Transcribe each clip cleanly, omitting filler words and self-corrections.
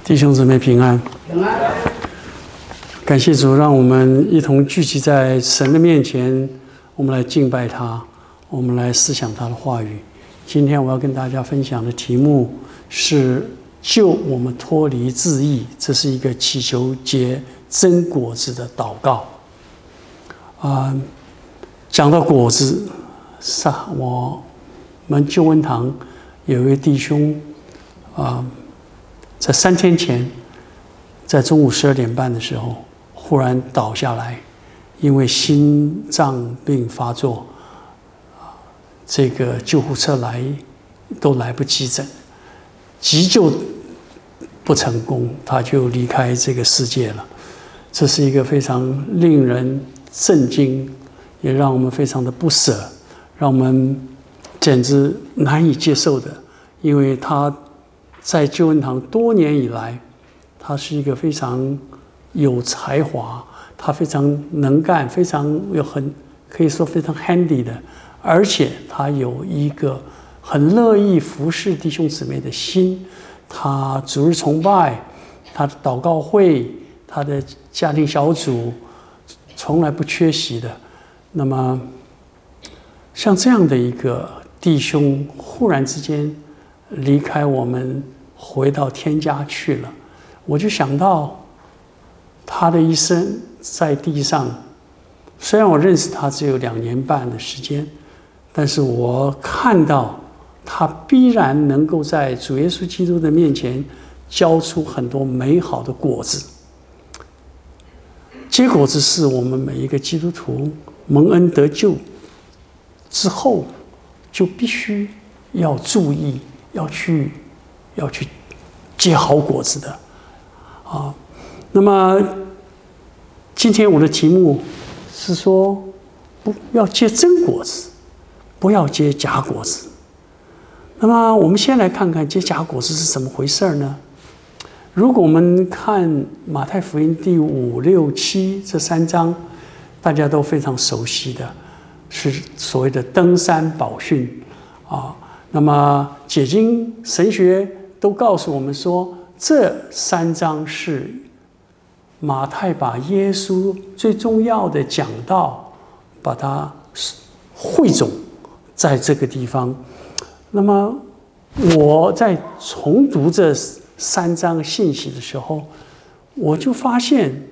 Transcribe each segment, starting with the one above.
弟兄姊妹平安， 平安。 感谢主，让我们一同聚集在神的面前，我们来敬拜他，我们来思想他的话语。今天我要跟大家分享的题目是救我们脱离自义，这是一个祈求结真果子的祷告。讲到果子，我们救恩堂有一位弟兄，在3天前，在中午12点半的时候，忽然倒下来，因为心脏病发作，这个救护车来都来不及诊，急救不成功，他就离开这个世界了。这是一个非常令人震惊，也让我们非常的不舍，让我们简直难以接受的，因为他在救恩堂多年以来，他是一个非常有才华，他非常能干，非常可以说非常 handy 的，而且他有一个很乐意服侍弟兄姊妹的心。他主日崇拜，他的祷告会，他的家庭小组，从来不缺席的。那么，像这样的一个弟兄，忽然之间离开我们，回到天家去了，我就想到他的一生在地上，虽然我认识他只有2年半的时间，但是我看到他必然能够在主耶稣基督的面前交出很多美好的果子。结果子是我们每一个基督徒蒙恩得救之后，就必须要注意，要去结好果子的啊。那么今天我的题目是说，不要结真果子，不要结假果子。那么我们先来看看结假果子是怎么回事呢？如果我们看马太福音第5、6、7这3章，大家都非常熟悉的，是所谓的登山宝训啊。那么解经神学都告诉我们说，这3章是马太把耶稣最重要的讲道，把它汇总在这个地方。那么我在重读这3章信息的时候，我就发现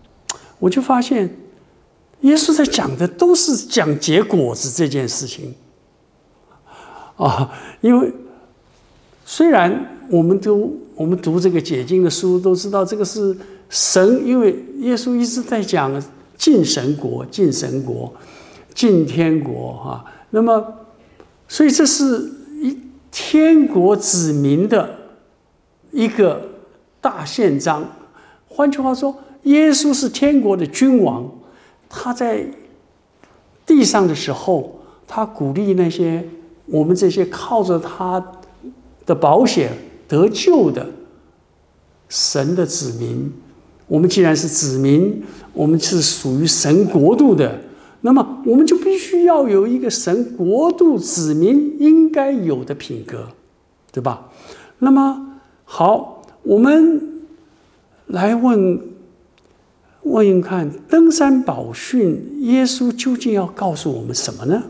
耶稣在讲的都是讲结果子这件事情啊。因为虽然我们读这个解经的书都知道，这个是神，因为耶稣一直在讲进神国、进神国、进天国啊。那么，所以这是天国子民的一个大宪章。换句话说，耶稣是天国的君王，他在地上的时候，他鼓励那些我们这些靠着他的保险得救的神的子民。我们既然是子民，我们是属于神国度的，那么我们就必须要有一个神国度子民应该有的品格，对吧？那么好，我们来问看登山宝训，耶稣究竟要告诉我们什么呢？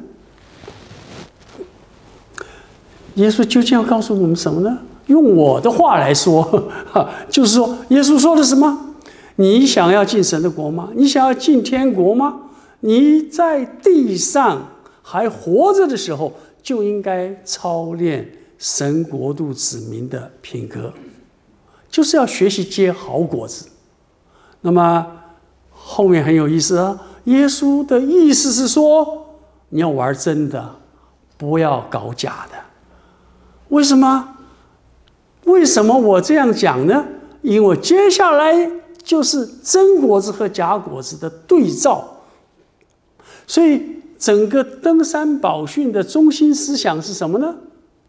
耶稣究竟要告诉我们什么呢？用我的话来说，就是说，耶稣说的什么？你想要进神的国吗？你想要进天国吗？你在地上还活着的时候，就应该操练神国度子民的品格，就是要学习结好果子。那么后面很有意思啊，耶稣的意思是说，你要玩真的，不要搞假的。为什么我这样讲呢？因为接下来就是真果子和假果子的对照。所以整个登山宝训的中心思想是什么呢？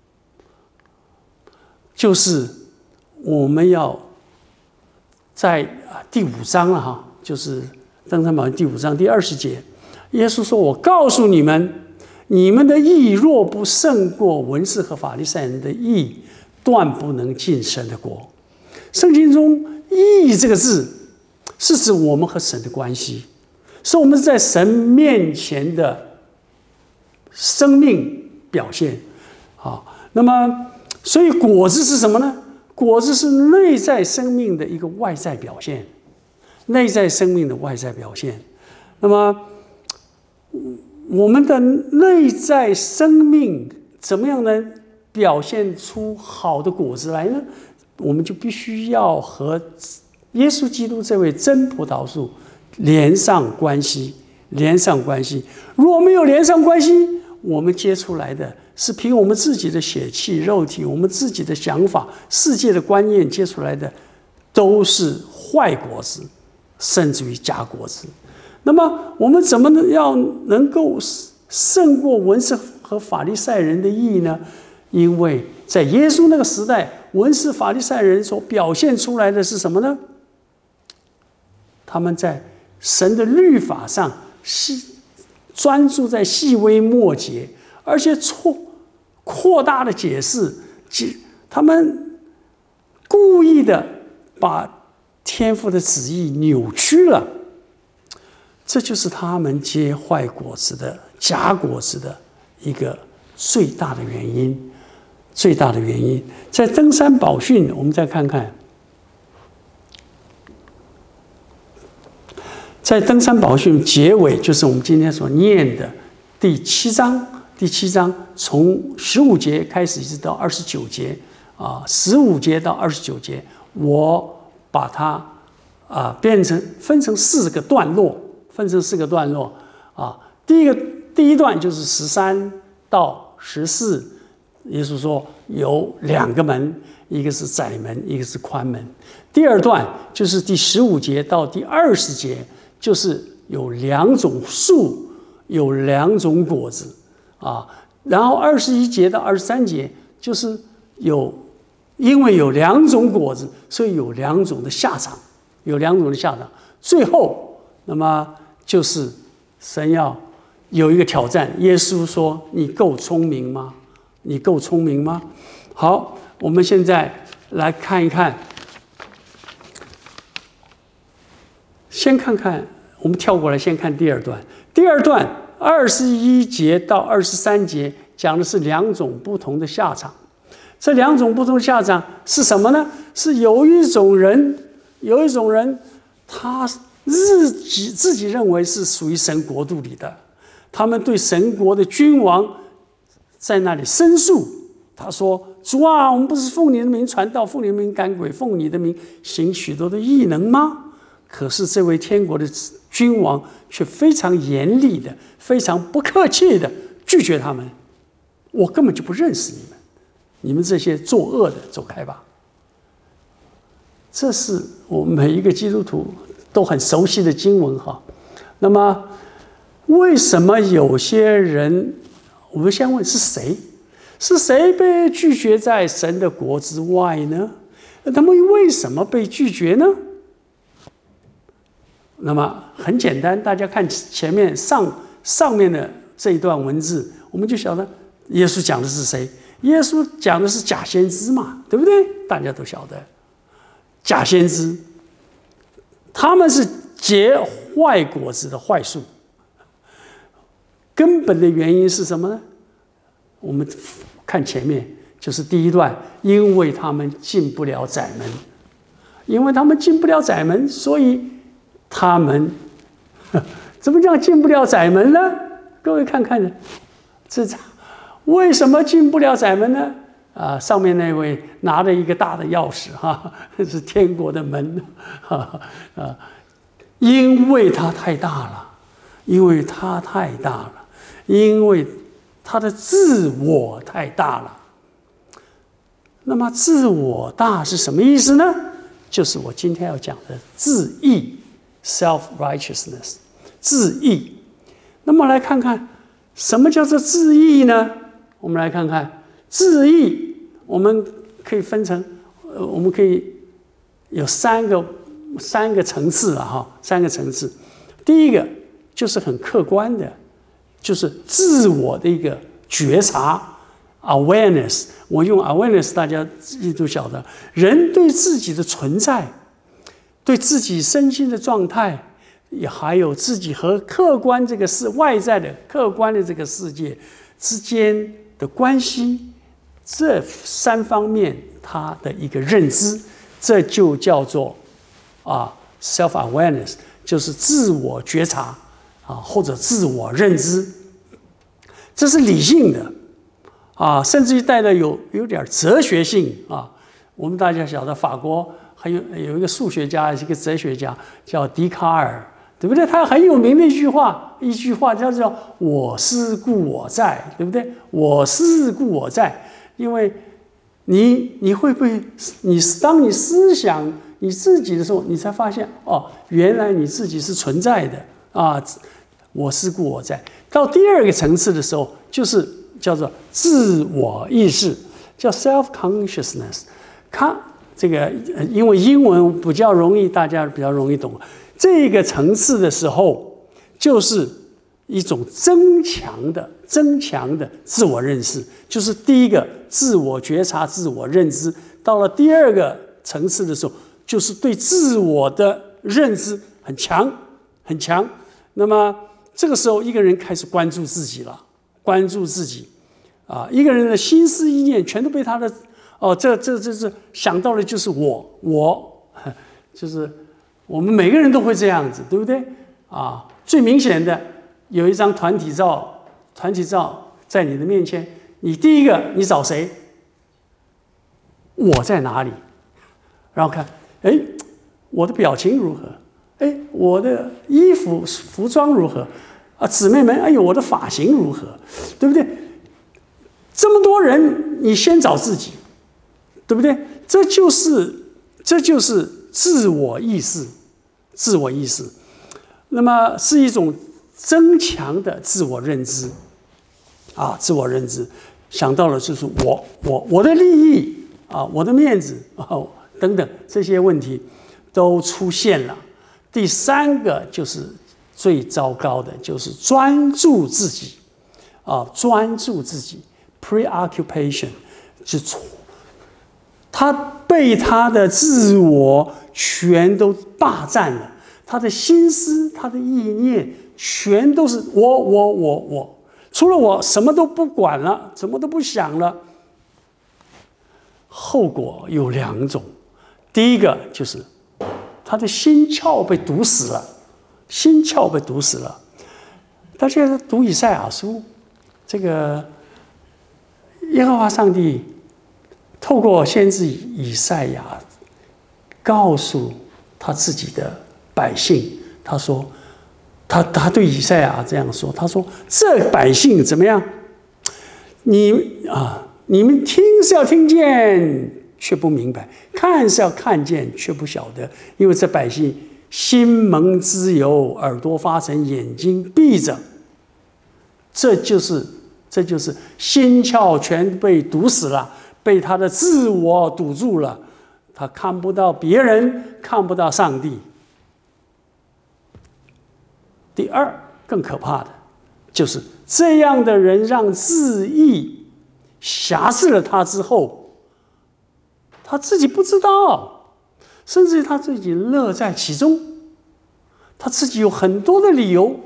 就是我们要在第5章了哈，就是登山宝训第5章第20节，耶稣说：“我告诉你们，你们的义若不胜过文士和法利赛人的义，断不能进神的国。” 圣经中“义”这个字是指我们和神的关系，是我们在神面前的生命表现。那么所以果子是什么呢？果子是内在生命的一个外在表现，内在生命的外在表现。那么我们的内在生命怎么样能表现出好的果子来呢？我们就必须要和耶稣基督这位真葡萄树连上关系，连上关系。如果没有连上关系，我们结出来的是凭我们自己的血气、肉体，我们自己的想法、世界的观念结出来的，都是坏果子，甚至于假果子。那么我们怎么要能够胜过文士和法利赛人的义呢？因为在耶稣那个时代，文士法利赛人所表现出来的是什么呢？他们在神的律法上专注在细微末节，而且扩大的解释，他们故意的把天父的旨意扭曲了。这就是他们结坏果子的假果子的一个最大的原因，最大的原因。在登山宝训，我们再看看，在登山宝训结尾，就是我们今天所念的第7章，从15节开始一直到29节，15节到29节，我把它分成4个段落。第一段就是13到14，耶稣说有2个门，一个是窄门，一个是宽门。第二段就是第15节到第20节，就是有2种树，有2种果子然后21节到23节就是因为有2种果子，所以有2种的下场，最后，那么就是神要有一个挑战。耶稣说：“你够聪明吗？你够聪明吗？”好，我们现在来看一看，先看看，我们跳过来，先看第二段。第二段21节到23节讲的是2种不同的下场。这2种不同的下场是什么呢？是有一种人，他自己认为是属于神国度里的，他们对神国的君王在那里申诉。他说：“主啊，我们不是奉你的名传道，奉你的名赶鬼，奉你的名行许多的异能吗？”可是这位天国的君王却非常严厉的、非常不客气的拒绝他们：“我根本就不认识你们，你们这些作恶的，走开吧。”这是我们每一个基督徒都很熟悉的经文哈。那么，为什么有些人，我们先问是谁？是谁被拒绝在神的国之外呢？他们为什么被拒绝呢？那么很简单，大家看前面上面的这一段文字，我们就晓得耶稣讲的是谁。耶稣讲的是假先知嘛，对不对？大家都晓得，假先知，他们是结坏果子的坏树。根本的原因是什么呢？我们看前面，就是第一段，因为他们进不了窄门，所以他们怎么讲进不了窄门呢？各位看看呢，为什么进不了窄门呢？上面那位拿着一个大的钥匙是天国的门因为它太大了，因为他的自我太大了。那么自我大是什么意思呢？就是我今天要讲的自义 （self-righteousness）。自义。那么来看看什么叫做自义呢？我们来看看自义，我们可以分成，我们可以有三个层次3个层次。第一个就是很客观的，就是自我的一个觉察 awareness， 我用 awareness， 大家都晓得，人对自己的存在，对自己身心的状态，也还有自己和客观这个外在的客观的这个世界之间的关系，这3方面他的一个认知，这就叫做self awareness， 就是自我觉察或者自我认知，这是理性的甚至于带的有点哲学性我们大家晓得，法国还有一个数学家，一个哲学家叫笛卡尔，对不对？他很有名的一句话叫做“我思故我在”，对不对？我思故我在，因为你会不会，当你思想你自己的时候，你才发现原来你自己是存在的我思故我在。到第2个层次的时候，就是叫做自我意识，叫 self consciousness。这个因为英文比较容易，大家比较容易懂。这个层次的时候，就是一种增强的自我认识，就是第一个自我觉察、自我认知。到了第2个层次的时候，就是对自我的认知很强。那么这个时候，一个人开始关注自己了，一个人的心思意念全都被他的这想到的就是我，就是我们每个人都会这样子，对不对最明显的有一张团体照在你的面前，你第一个你找谁？我在哪里？然后看，我的表情如何？我的服装如何？姊妹们，我的发型如何？对不对？这么多人，你先找自己，对不对？这就是自我意识，那么是一种增强的自我认知想到了就是我的利益我的面子等等这些问题都出现了。第3个就是最糟糕的，就是专注自己preoccupation， 是他被他的自我全都霸占了，他的心思、他的意念全都是我，除了我什么都不管了，什么都不想了。后果有2种，第一个就是他的心窍被堵死了，大家读以赛亚书，这个耶和华上帝透过先知以赛亚告诉他自己的百姓，他说他对以赛亚这样说，他说这百姓怎么样？你们听是要听见却不明白，看是要看见却不晓得，因为这百姓心蒙脂油，耳朵发沉，眼睛闭着，这就是心窍全被堵死了，被他的自我堵住了，他看不到别人，看不到上帝。第2，更可怕的就是这样的人让自义辖制了他之后，他自己不知道，甚至于他自己乐在其中，他自己有很多的理由。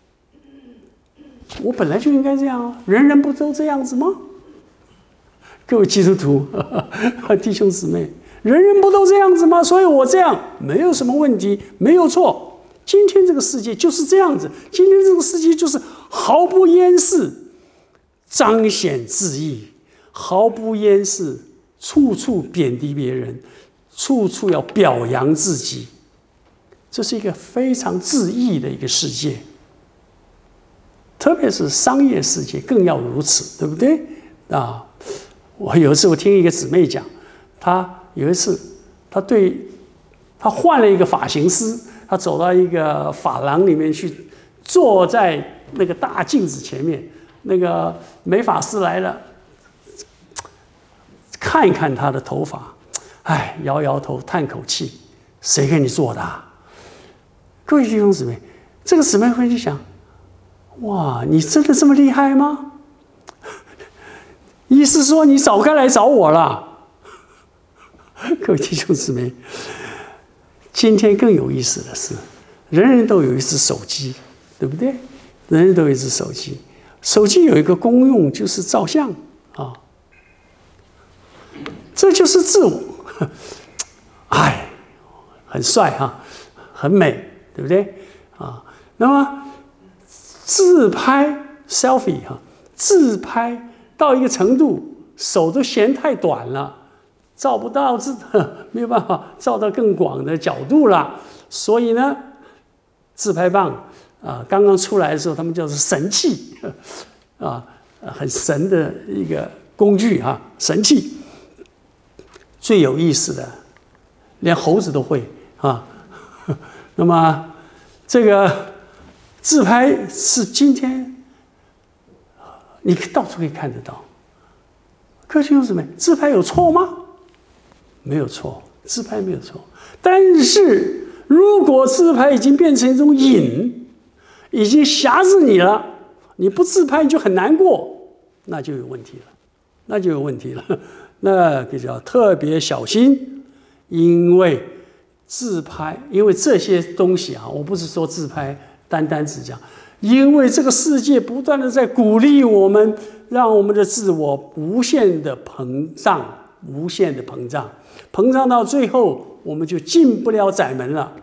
我本来就应该这样人人不都这样子吗？各位基督徒弟兄姊妹，人人不都这样子吗？所以我这样没有什么问题，没有错。今天这个世界就是这样子，今天这个世界就是毫不掩饰彰显自义，毫不掩饰处处贬低别人，处处要表扬自己，这是一个非常自义的一个世界，特别是商业世界更要如此，对不对我有一次我听一个姊妹讲，她有一次她换了一个发型师，她走到一个发廊里面去，坐在那个大镜子前面，那个美发师来了，看一看她的头发，摇摇头，叹口气，谁给你做的各位弟兄姊妹，这个姊妹会去想，哇，你真的这么厉害吗？ 意思说你早该来找我了。各位弟兄姊妹，今天更有意思的是，人人都有一只手机，对不对？人人都有一只手机，手机有一个功用就是照相啊，这就是自我。哎，很帅哈，很美，对不对啊？那么自拍 selfie 哈，自拍到一个程度，手都嫌太短了，照不到没有办法照到更广的角度了。所以呢，自拍棒刚刚出来的时候，他们叫做神器很神的一个工具神器。最有意思的，连猴子都会那么这个自拍是今天你到处可以看得到。各位弟兄姊妹，自拍有错吗？没有错，自拍没有错。但是如果自拍已经变成一种瘾，已经辖制你了，你不自拍你就很难过，那就有问题了，那就就要特别小心。因为自拍，因为这些东西我不是说自拍单只讲，因为这个世界不断的在鼓励我们，让我们的自我无限的膨胀，膨胀到最后，我们就进不了窄门了。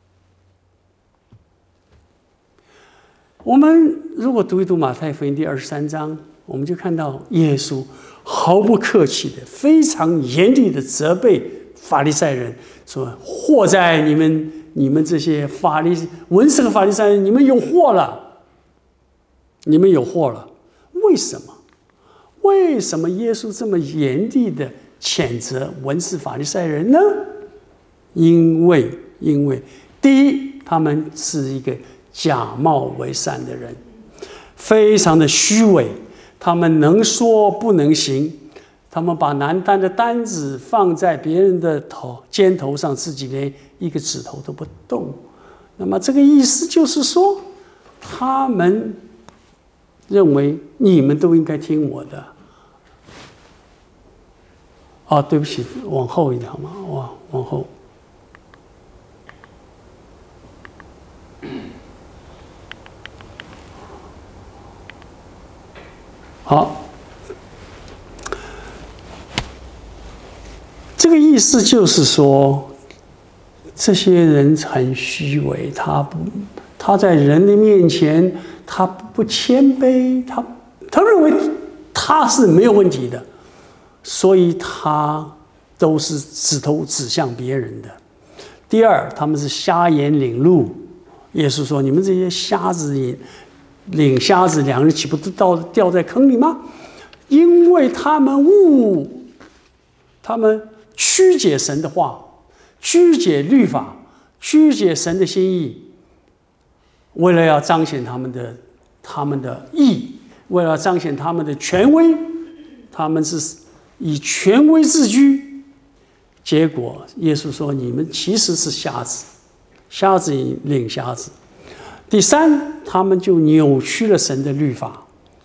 我们如果读一读马太福音第23章，我们就看到耶稣毫不客气的、非常严厉的责备法利赛人，说：“祸在你们这些文士和法利赛人，你们有祸了，你们有祸了。”为什么？为什么耶稣这么严厉的谴责文士法利赛人呢？因为第一，他们是一个假冒为善的人，非常的虚伪，他们能说不能行，他们把难担的担子放在别人的肩头上，自己连一个指头都不动。那么这个意思就是说，他们认为你们都应该听我的。对不起，往后一点好吗？往后。好，这个意思就是说，这些人很虚伪，他在人的面前，他不谦卑，他认为他是没有问题的，所以他都是指头指向别人的。第二，他们是瞎眼领路。耶稣说：“你们这些瞎子领瞎子，两人岂不都掉在坑里吗？”因为他们曲解神的话，曲解律法，曲解神的心意，为了要彰显他们的义，为了彰显他们的权威，他们是以权威自居。结果耶稣说：“你们其实是瞎子，瞎子领瞎子。”第三，他们就扭曲了神的律法，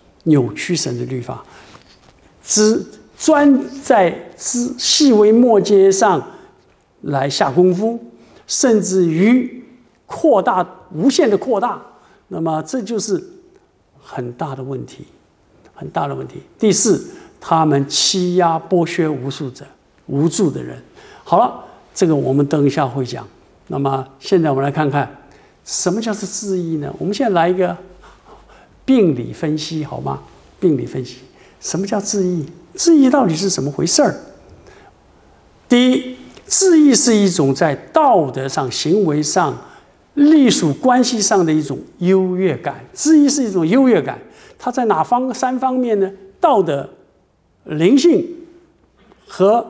专在细微末节上来下功夫，甚至于无限的扩大。那么这就是很大的问题。第四，他们欺压剥削无助的人。好了，这个我们等一下会讲。那么现在我们来看看什么叫做质疑呢？我们现在来一个病理分析，好吗？病理分析，什么叫质疑？质疑到底是怎么回事？第一，质疑是一种在道德上、行为上、隶属关系上的一种优越感。质疑是一种优越感，它在三方面呢？道德、灵性和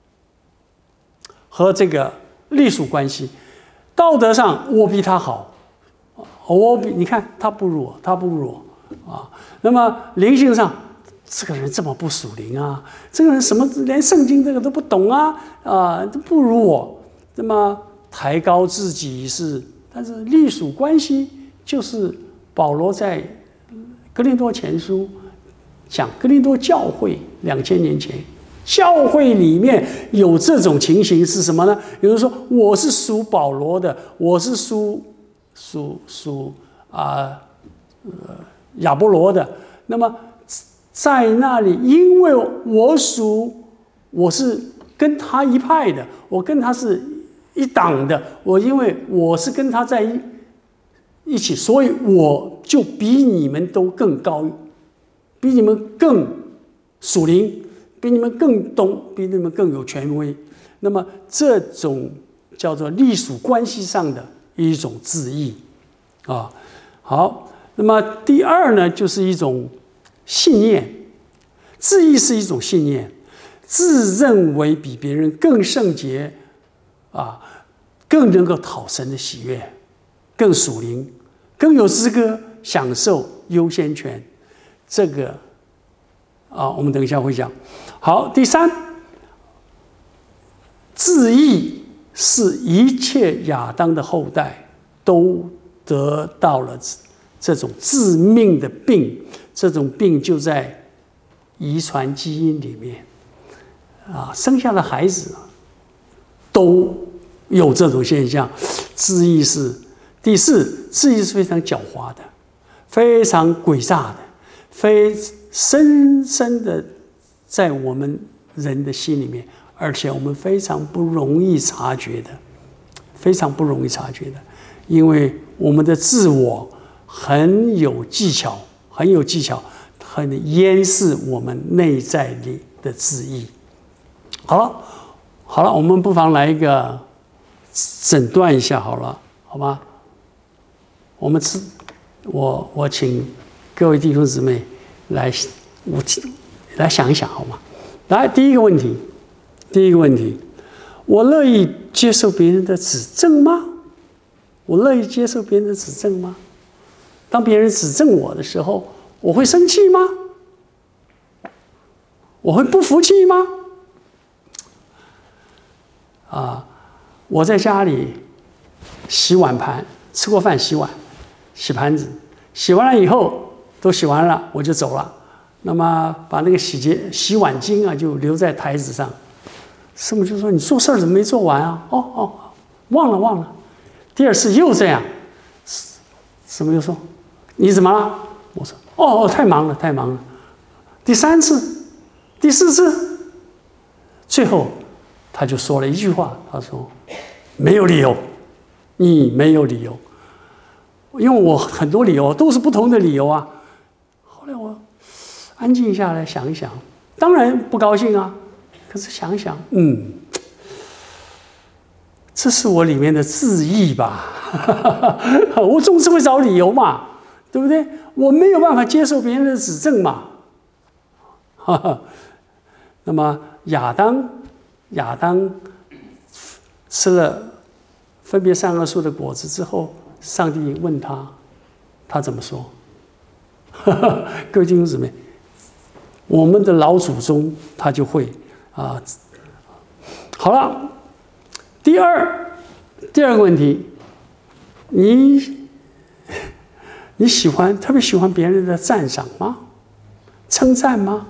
这个隶属关系。道德上，我比他好，你看他不如我那么灵性上，这个人这么不属灵啊，这个人什么连圣经这个都不懂都不如我。那么抬高自己但是隶属关系就是保罗在哥林多前书讲哥林多教会2000年前，教会里面有这种情形是什么呢？有人说我是属保罗的，我是属亚波罗的。那么在那里，因为我是跟他一派的，我跟他是一党的，因为我是跟他在一起，所以我就比你们都更高，比你们更属灵，比你们更懂，比你们更有权威。那么这种叫做隶属关系上的一种自义啊。好，那么第二呢，就是一种信念。自义是一种信念，自认为比别人更圣洁啊，更能够讨神的喜悦，更属灵，更有资格享受优先权。这个我们等一下会讲。好，第三，自义是一切亚当的后代都得到了这种致命的病，这种病就在遗传基因里面生下的孩子都有这种现象。自义是第四，自义是非常狡猾的，非常诡诈的，深深的在我们人的心里面，而且我们非常不容易察觉的，非常不容易察觉的，因为我们的自我很有技巧，很淹饰我们内在里的自义。好了，我们不妨来一个诊断一下好了，好吗？我请各位弟兄姊妹来想一想好吗？来，第一个问题，我乐意接受别人的指正吗？当别人指正我的时候，我会生气吗？我会不服气吗？我在家里洗碗盘，吃过饭洗碗，洗盘子，洗完了以后都洗完了，我就走了。那么把那个洗碗巾就留在台子上。师母就说：“你做事怎么没做完啊？”忘了。第二次又这样，师母又说：“你怎么了？”我说：“太忙了。”第三次、第四次，最后他就说了一句话，他说：“没有理由，你没有理由。”因为我很多理由都是不同的理由啊。后来我安静下来想一想，当然不高兴啊，可是想一想，这是我里面的自义吧。我总是会找理由嘛，对不对？我没有办法接受别人的指正嘛。那么亚当吃了分别善恶树的果子之后，上帝问他怎么说？各位弟兄姊妹，我们的老祖宗他就会好了，第二个问题，你特别喜欢别人的赞赏吗？称赞吗？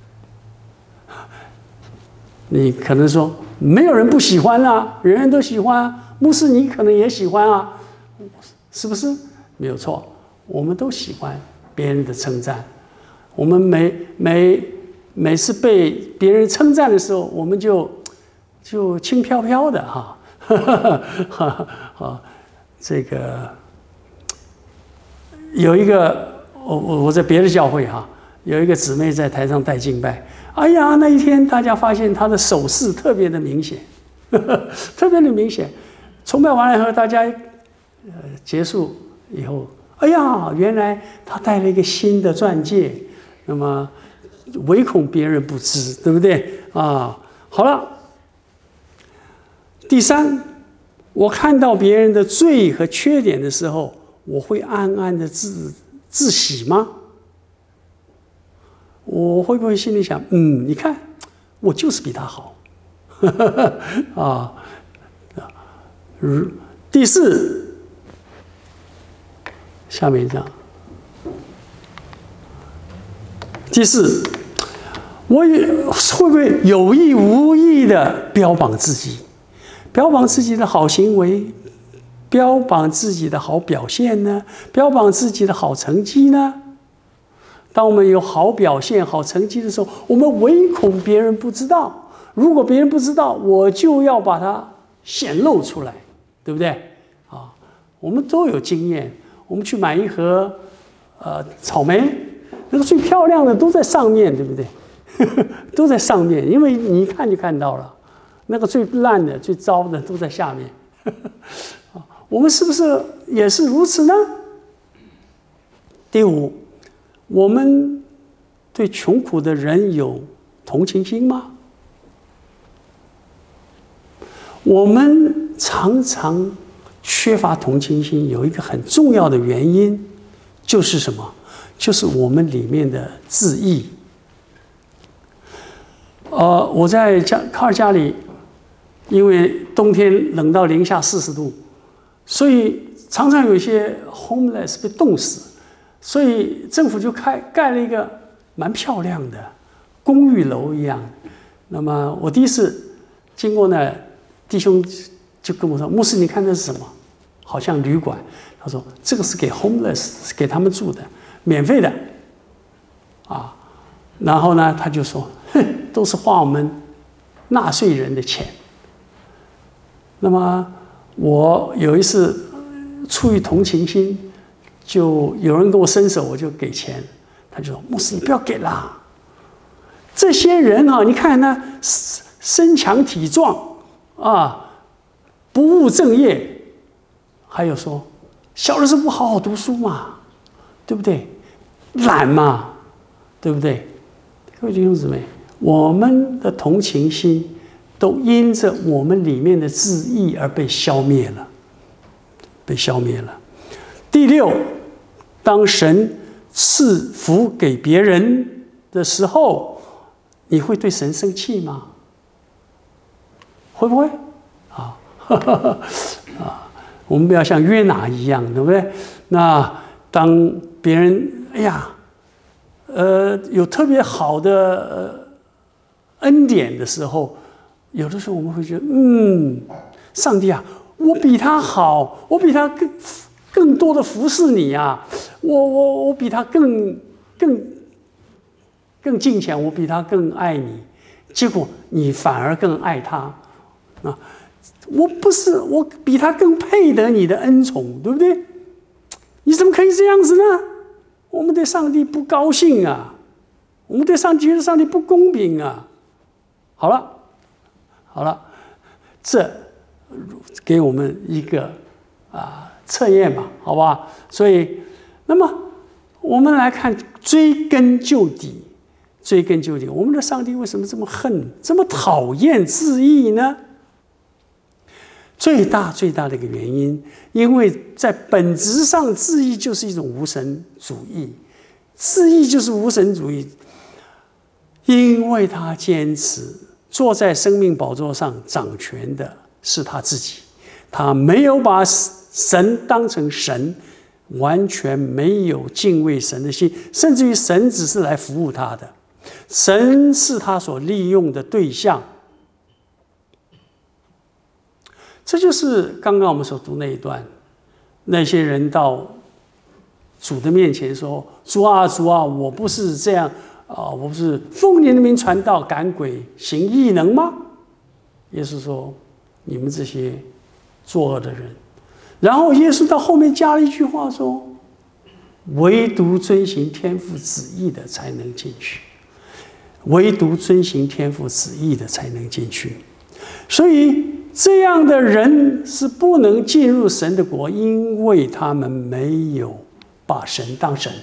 你可能说没有人不喜欢啊，人人都喜欢啊，牧师你可能也喜欢啊，是不是？没有错，我们都喜欢别人的称赞。我们每次被别人称赞的时候，我们就轻飘飘的这个有一个我在别的教会有一个姊妹在台上带敬拜，哎呀，那一天大家发现她的手势特别的明显，特别的明显。崇拜完了以后，大家结束以后，哎呀，原来她带了一个新的钻戒，那么唯恐别人不知，对不对好了，第三，我看到别人的罪和缺点的时候，我会暗暗的自喜吗？我会不会心里想，你看，我就是比他好，第四，下面一张， 第四，我也会不会有意无意的标榜自己，标榜自己的好行为，标榜自己的好表现呢？标榜自己的好成绩呢？当我们有好表现、好成绩的时候，我们唯恐别人不知道。如果别人不知道，我就要把它显露出来，对不对？啊，我们都有经验。我们去买一盒草莓，那个最漂亮的都在上面，对不对？都在上面，因为你一看就看到了。那个最烂的、最糟的都在下面。我们是不是也是如此呢？第五，我们对穷苦的人有同情心吗？我们常常缺乏同情心，有一个很重要的原因，就是什么？就是我们里面的自义。我在卡尔加里，因为冬天冷到零下40度，所以常常有一些 homeless 被冻死，所以政府就盖了一个蛮漂亮的公寓楼一样。那么我第一次经过那，弟兄就跟我说：“牧师，你看那是什么？好像旅馆。”他说：“这个是给 homeless， 是给他们住的，免费的。”啊，然后呢，他就说：“哼，都是花我们纳税人的钱。”那么我有一次出于同情心，就有人跟我伸手，我就给钱。他就说：“牧师，你不要给啦，这些人啊，你看那身强体壮啊，不务正业，还有说小的时候不好好读书嘛，对不对？懒嘛，对不对？”各位弟兄姊妹，我们的同情心都因着我们里面的自义而被消灭了，被消灭了。第六，当神赐福给别人的时候，你会对神生气吗？会不会？我们不要像约拿一样，对不对？那当别人有特别好的恩典的时候，有的时候我们会觉得，上帝啊，我比他好，我比他更多的服侍你啊，我比他更敬虔，我比他更爱你，结果你反而更爱他啊！我比他更配得你的恩宠，对不对？你怎么可以这样子呢？我们对上帝不高兴啊，我们对上帝觉得上帝不公平啊。好了，这给我们一个测验吧，好不好？所以，那么我们来看追根究底，我们的上帝为什么这么恨、这么讨厌自义呢？最大的一个原因，因为在本质上，自义就是一种无神主义，因为他坚持坐在生命宝座上掌权的是他自己，他没有把神当成神，完全没有敬畏神的心，甚至于神只是来服务他的，神是他所利用的对象。这就是刚刚我们所读那一段，那些人到主的面前说：“主啊，主啊，我不是这样我不是奉你的名传道、赶鬼、行异能吗？”耶稣说：“你们这些作恶的人。”然后耶稣到后面加了一句话说：“唯独遵行天父旨意的才能进去，唯独遵行天父旨意的才能进去。”所以这样的人是不能进入神的国，因为他们没有把神当神。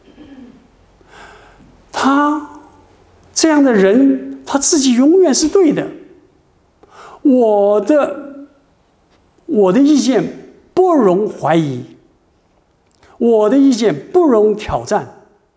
这样的人，他自己永远是对的。我的意见不容怀疑，我的意见不容挑战。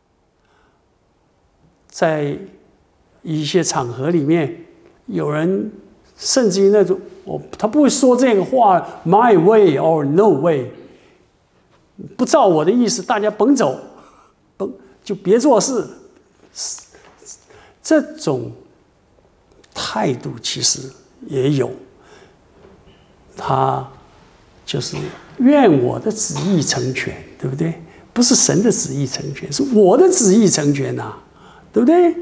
在一些场合里面，有人甚至于那种他不会说这个话 ，my way or no way， 不照我的意思，大家甭走，就别做事， 这种态度其实也有，他就是愿我的旨意成全，对不对？不是神的旨意成全，是我的旨意成全呐，对不对？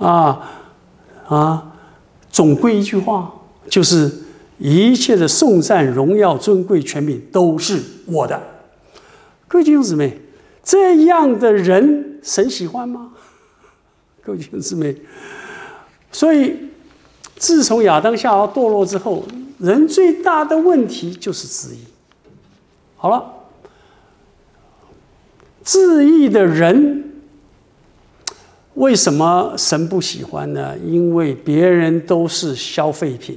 总归一句话，就是一切的颂赞、荣耀、尊贵、权柄都是我的。各位弟兄姊妹，这样的人神喜欢吗？各位弟兄姊妹，所以自从亚当夏娃堕落之后，人最大的问题就是自义。好了，自义的人为什么神不喜欢呢？因为别人都是消费品，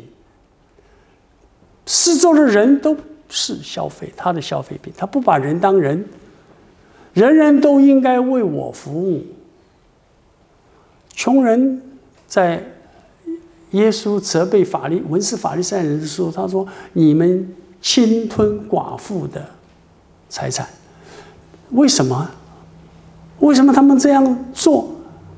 四周的人都是他的消费品，他不把人当人，人人都应该为我服务。穷人在耶稣责备文士法利赛人的时候，他说：“你们侵吞寡妇的财产。”为什么？为什么他们这样做？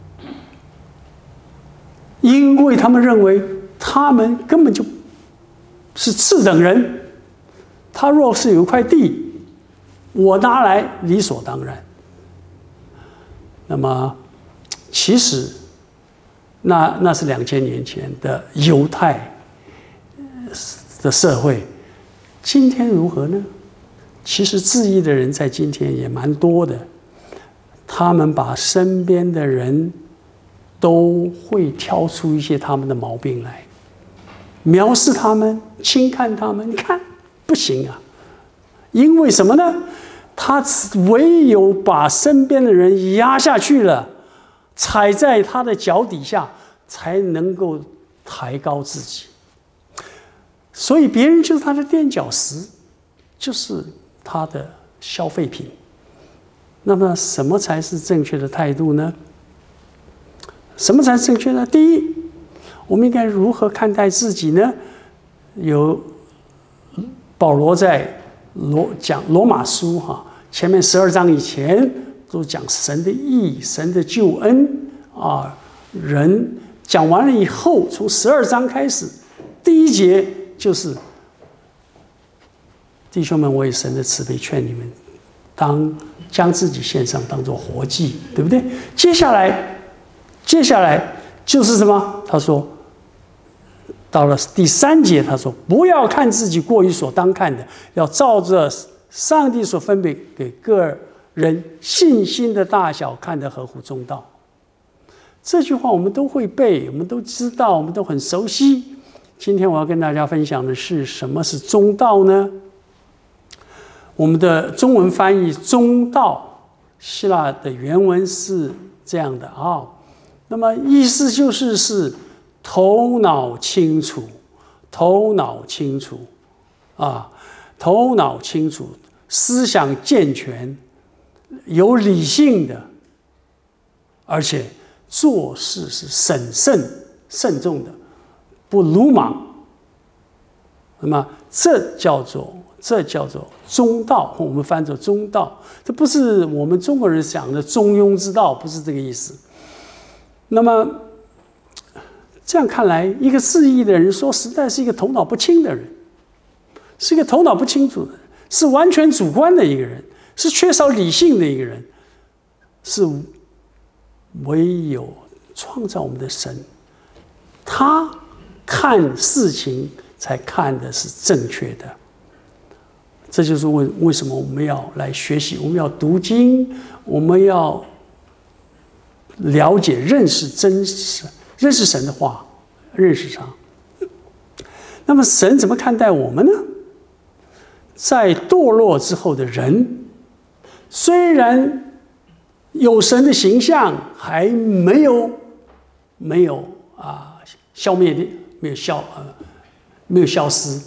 因为他们认为他们根本就是次等人。他若是有一块地，我拿来理所当然。那么，其实那是2000年前的犹太的社会。今天如何呢？其实自义的人在今天也蛮多的，他们把身边的人都会挑出一些他们的毛病来，藐视他们，轻看他们。你看，不行啊！因为什么呢？他唯有把身边的人压下去了，踩在他的脚底下，才能够抬高自己。所以别人就是他的垫脚石，就是他的消费品。那么什么才是正确的态度呢？什么才是正确呢？第一，我们应该如何看待自己呢？有保罗在讲罗马书前面12章以前都讲神的义、神的救恩人讲完了以后，从12章开始，第1节就是弟兄们，我以神的慈悲劝你们，当将自己献上，当作活祭，对不对？接下来就是什么？他说，到了第3节，他说：“不要看自己过于所当看的，要照着上帝所分配给个人信心的大小，看得合乎中道。”这句话我们都会背，我们都知道，我们都很熟悉。今天我要跟大家分享的是什么是中道呢？我们的中文翻译“中道”，希腊的原文是这样的那么意思是头脑清楚，头脑清楚，思想健全，有理性的，而且做事是审慎慎重的，不鲁莽。那么这叫做中道，我们翻作中道。这不是我们中国人想的中庸之道，不是这个意思。那么这样看来，一个自义的人，说实在是一个头脑不清的人，是一个头脑不清楚的人，是完全主观的一个人，是缺少理性的一个人，是唯有创造我们的神，他看事情才看的是正确的。这就是为什么我们要来学习，我们要读经，我们要了解、认识神的话，认识他。那么神怎么看待我们呢？在堕落之后的人，虽然有神的形象，还没有消灭的，没有消失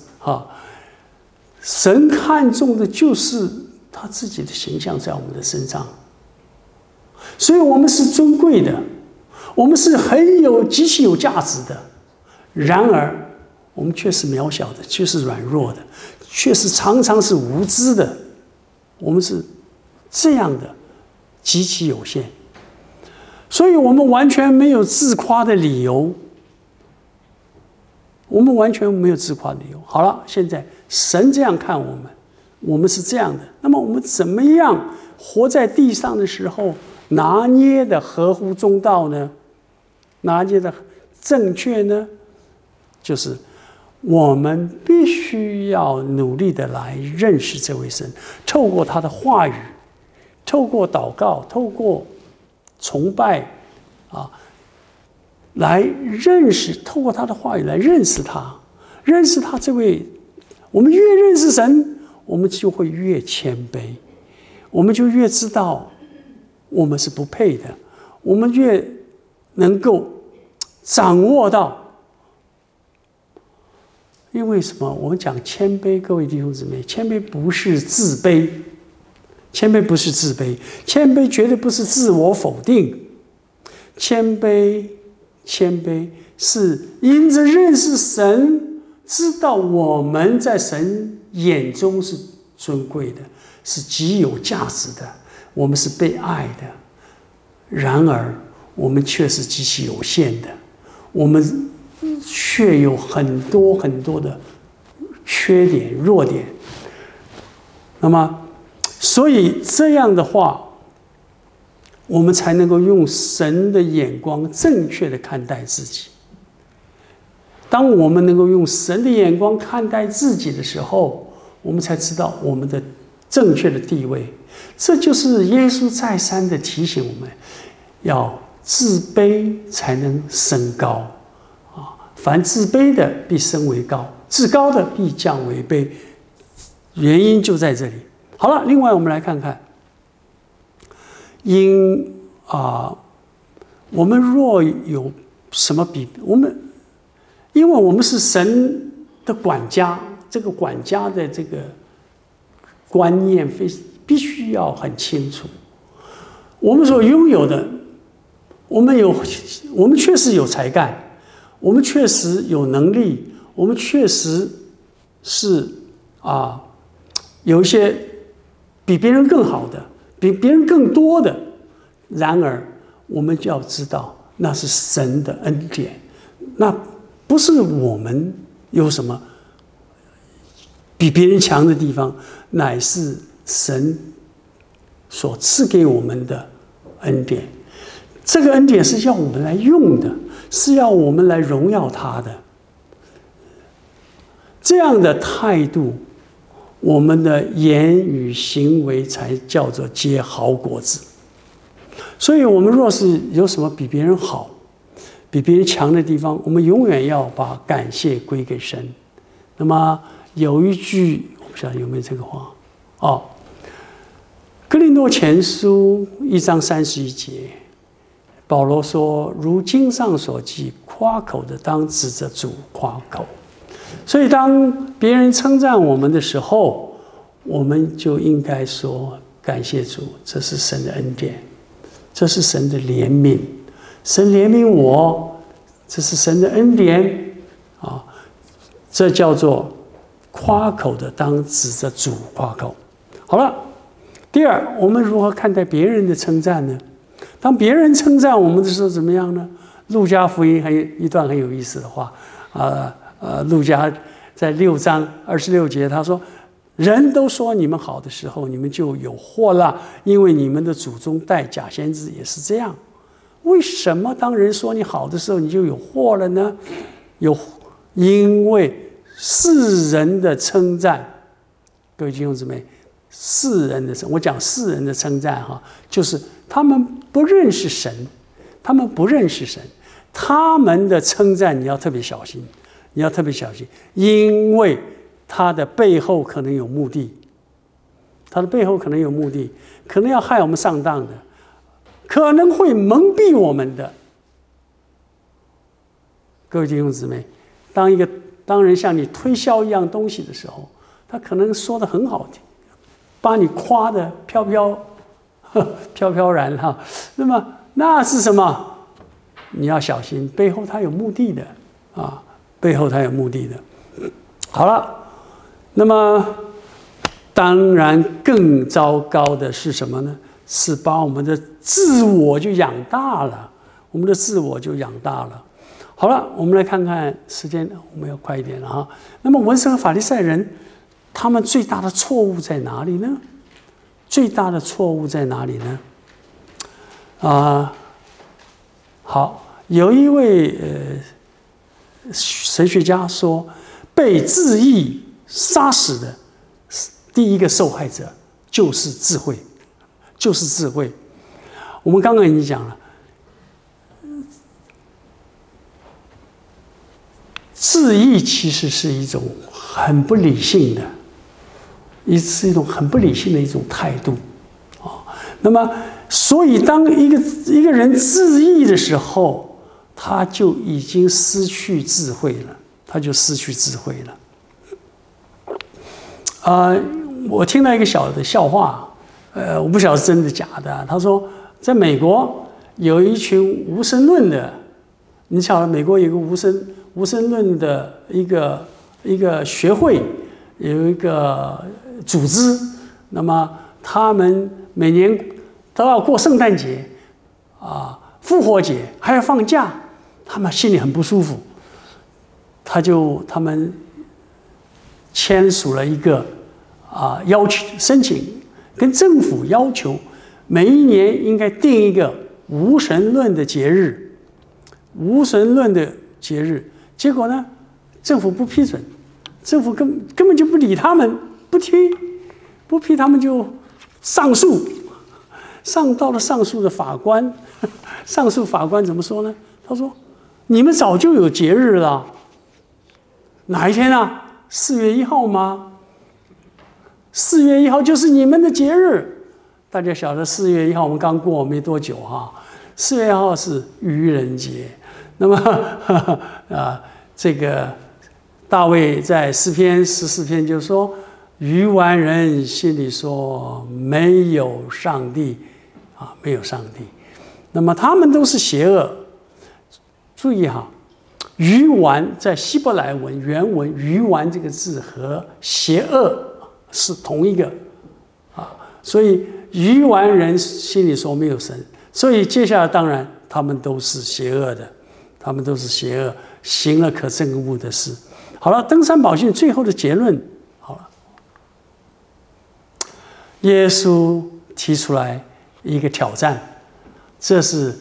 神看重的就是他自己的形象在我们的身上，所以我们是尊贵的，我们是极其有价值的。然而我们却是渺小的，却是软弱的，却是常常是无知的。我们是这样的极其有限。 所以我们完全没有自夸的理由。我们完全没有自夸的理由。好了，现在神这样看我们，我们是这样的。那么我们怎么样活在地上的时候，拿捏的合乎中道呢？拿捏的正确呢？就是我们必须要努力的来认识这位神，透过他的话语，透过祷告，透过崇拜啊，来认识，透过他的话语来认识他，认识他这位。我们越认识神，我们就会越谦卑，我们就越知道我们是不配的，我们越能够掌握到。因为什么？我们讲谦卑，各位弟兄姊妹，谦卑不是自卑，谦卑不是自卑，谦卑绝对不是自我否定，谦卑是因着认识神，知道我们在神眼中是尊贵的，是极有价值的，我们是被爱的。然而，我们却是极其有限的，我们却有很多的缺点、弱点。那么，所以这样的话，我们才能够用神的眼光正确的看待自己。当我们能够用神的眼光看待自己的时候，我们才知道我们的正确的地位。这就是耶稣再三的提醒我们，要自卑才能升高。凡自卑的必升为高，自高的必降为卑。原因就在这里。好了，另外我们来看看，我们若有什么因为我们是神的管家，这个管家的这个观念必须要很清楚。我们所拥有的，我们确实有才干。我们确实有能力，我们确实是有一些比别人更好的，比别人更多的。然而，我们就要知道，那是神的恩典，那不是我们有什么比别人强的地方，乃是神所赐给我们的恩典。这个恩典是要我们来用的，是要我们来荣耀他的。这样的态度，我们的言语行为才叫做结好果子。所以我们若是有什么比别人好、比别人强的地方，我们永远要把感谢归给神。那么有一句，我不晓得有没有这个话哥林多前书1章31节，保罗说：“如经上所记，夸口的当指着主夸口。”所以，当别人称赞我们的时候，我们就应该说：“感谢主，这是神的恩典，这是神的怜悯，神怜悯我，这是神的恩典啊！”这叫做夸口的当指着主夸口。好了，第二，我们如何看待别人的称赞呢？当别人称赞我们的时候，怎么样呢？路加福音一段很有意思的话，路加在6章26节，他说：“人都说你们好的时候，你们就有祸了，因为你们的祖宗代假先知也是这样。为什么当人说你好的时候，你就有祸了呢？因为世人的称赞，各位弟兄姊妹。”我讲世人的称赞就是他们不认识神，他们的称赞你要特别小心，因为他的背后可能有目的，可能要害我们上当的，可能会蒙蔽我们的。各位弟兄姊妹，当人向你推销一样东西的时候，他可能说得很好听，把你夸得飘飘然那么那是什么？你要小心，背后他有目的的好了，那么当然更糟糕的是什么呢？ 是把我们的自我就养大了，我们的自我就养大了。好了，我们来看看时间，我们要快一点了哈。那么文士和法利赛人，他们最大的错误在哪里呢？最大的错误在哪里呢？好，有一位神学家说，被自义杀死的第一个受害者就是智慧，就是智慧。我们刚刚已经讲了，自义其实是一种很不理性的，是一种很不理性的一种态度啊。那么，所以当一个人自义的时候，他就已经失去智慧了，他就失去智慧了。我听到一个小的笑话，我不晓得是真的假的。他说，在美国有一群无神论的，你晓得，美国有一个无神论的一个学会，有一个组织，那么他们每年都要过圣诞节复活节，还要放假，他们心里很不舒服。他们签署了一个要求申请，跟政府要求每一年应该定一个无神论的节日，无神论的节日。结果呢，政府不批准，政府根本就不理他们，不批他们就上诉，上到了上诉的法官，上诉法官怎么说呢？他说：“你们早就有节日了，哪一天啊？4月1号吗？4月1号就是你们的节日。大家晓得4月1号我们刚过没多久哈，4月1号是愚人节。那么这个大卫在诗篇14篇就说，愚顽人心里说没有上帝没有上帝。那么他们都是邪恶。注意哈，愚顽在希伯来文原文愚顽这个字和邪恶是同一个所以愚顽人心里说没有神，所以接下来当然他们都是邪恶的，他们都是邪恶，行了可憎恶的事。好了，登山宝训最后的结论好了，耶稣提出来一个挑战，这是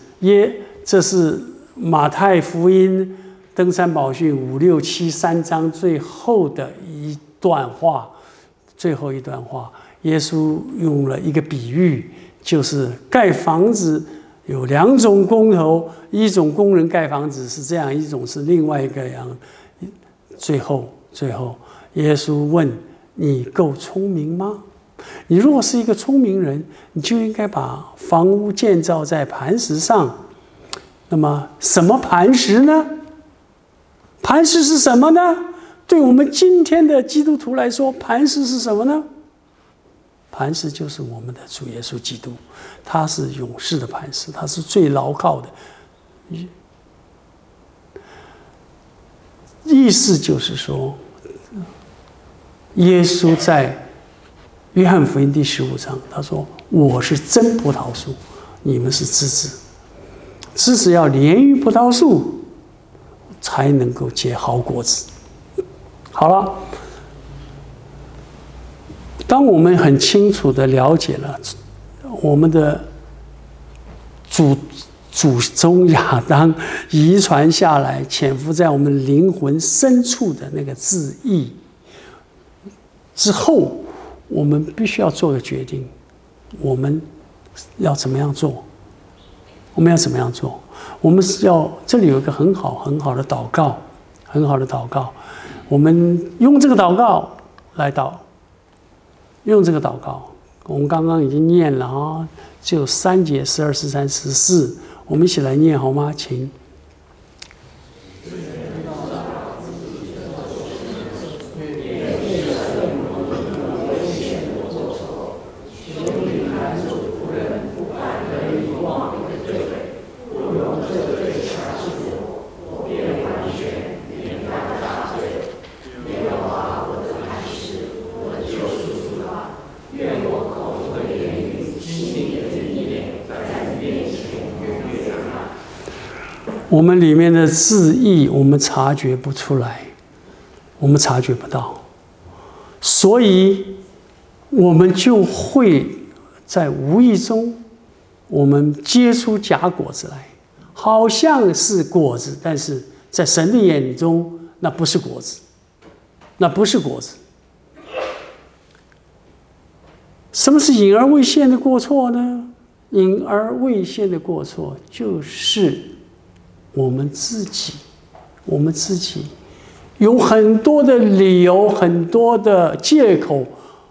马太福音登山宝训5、6、7、3章最后的一段话，最后一段话，耶稣用了一个比喻，就是盖房子有2种工头，一种工人盖房子是这样，一种是另外一个样。最后，耶稣问：你够聪明吗？你如果是一个聪明人，你就应该把房屋建造在磐石上。那么，什么磐石呢？磐石是什么呢？对我们今天的基督徒来说，磐石是什么呢？磐石就是我们的主耶稣基督，他是永世的磐石，他是最牢靠的。意思就是说，耶稣在约翰福音第15章，他说：“我是真葡萄树，你们是枝子。枝子要连于葡萄树，才能够结好果子。”好了，当我们很清楚地了解了我们的祖宗亚当遗传下来、潜伏在我们灵魂深处的那个自义之后，我们必须要做个决定：我们要怎么样做？我们要怎么样做？我们是要这里有一个很好的祷告，很好的祷告。我们用这个祷告来用这个祷告。我们刚刚已经念了只有3节，12、13、14。我们一起来念好吗？请。 我们里面的自义，我们察觉不出来，我们察觉不到，所以我们就会在无意中，我们结出假果子来，好像是果子，但是在神的眼中，那不是果子，那不是果子。什么是隐而未现的过错呢？隐而未现的过错，就是我们自己有很多的理由，很多的借口，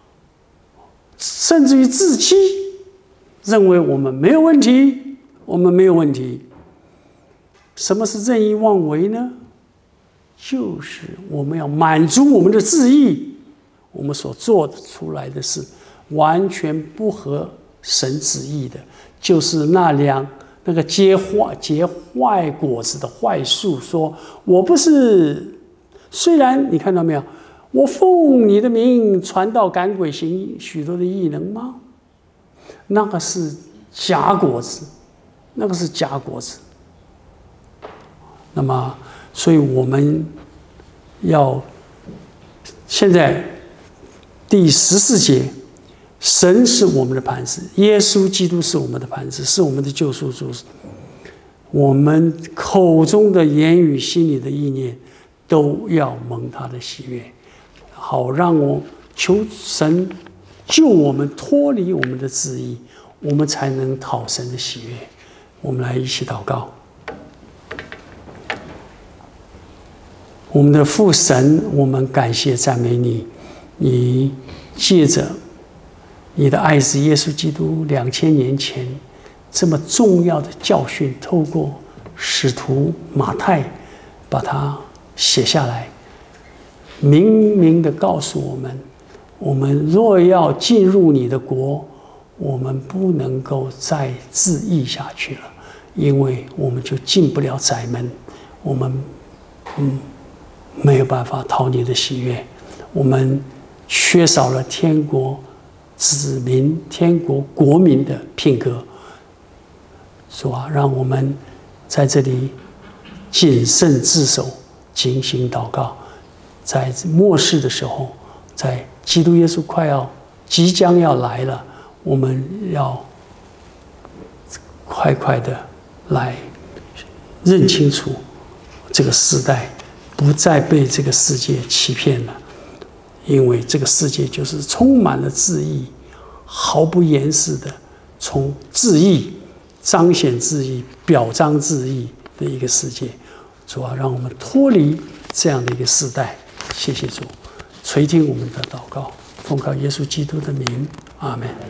甚至于自欺，认为我们没有问题，我们没有问题。什么是任意妄为呢？就是我们要满足我们的自义，我们所做出来的事完全不合神旨意的，就是那个结坏果子的坏树说，我不是，虽然你看到没有，我奉你的名传道赶鬼行许多的异能吗？那个是假果子，那个是假果子。那么，所以我们要现在第14节，神是我们的磐石，耶稣基督是我们的磐石，是我们的救赎主。我们口中的言语、心里的意念，都要蒙他的喜悦，好让我求神救我们脱离我们的自义，我们才能讨神的喜悦。我们来一起祷告。我们的父神，我们感谢赞美你，你借着你的爱子耶稣基督2000年前这么重要的教训，透过使徒马太把它写下来，明明的告诉我们，我们若要进入你的国，我们不能够再自义下去了，因为我们就进不了窄门，我们没有办法讨你的喜悦，我们缺少了天国子民、天国国民的品格。主啊，让我们在这里谨慎自守，警醒祷告，在末世的时候，在基督耶稣即将要来了，我们要快快的来认清楚这个时代，不再被这个世界欺骗了，因为这个世界就是充满了自义，毫不掩饰的从自义彰显自义、表彰自义的一个世界。主啊，让我们脱离这样的一个时代。谢谢主，垂听我们的祷告，奉靠耶稣基督的名，阿们。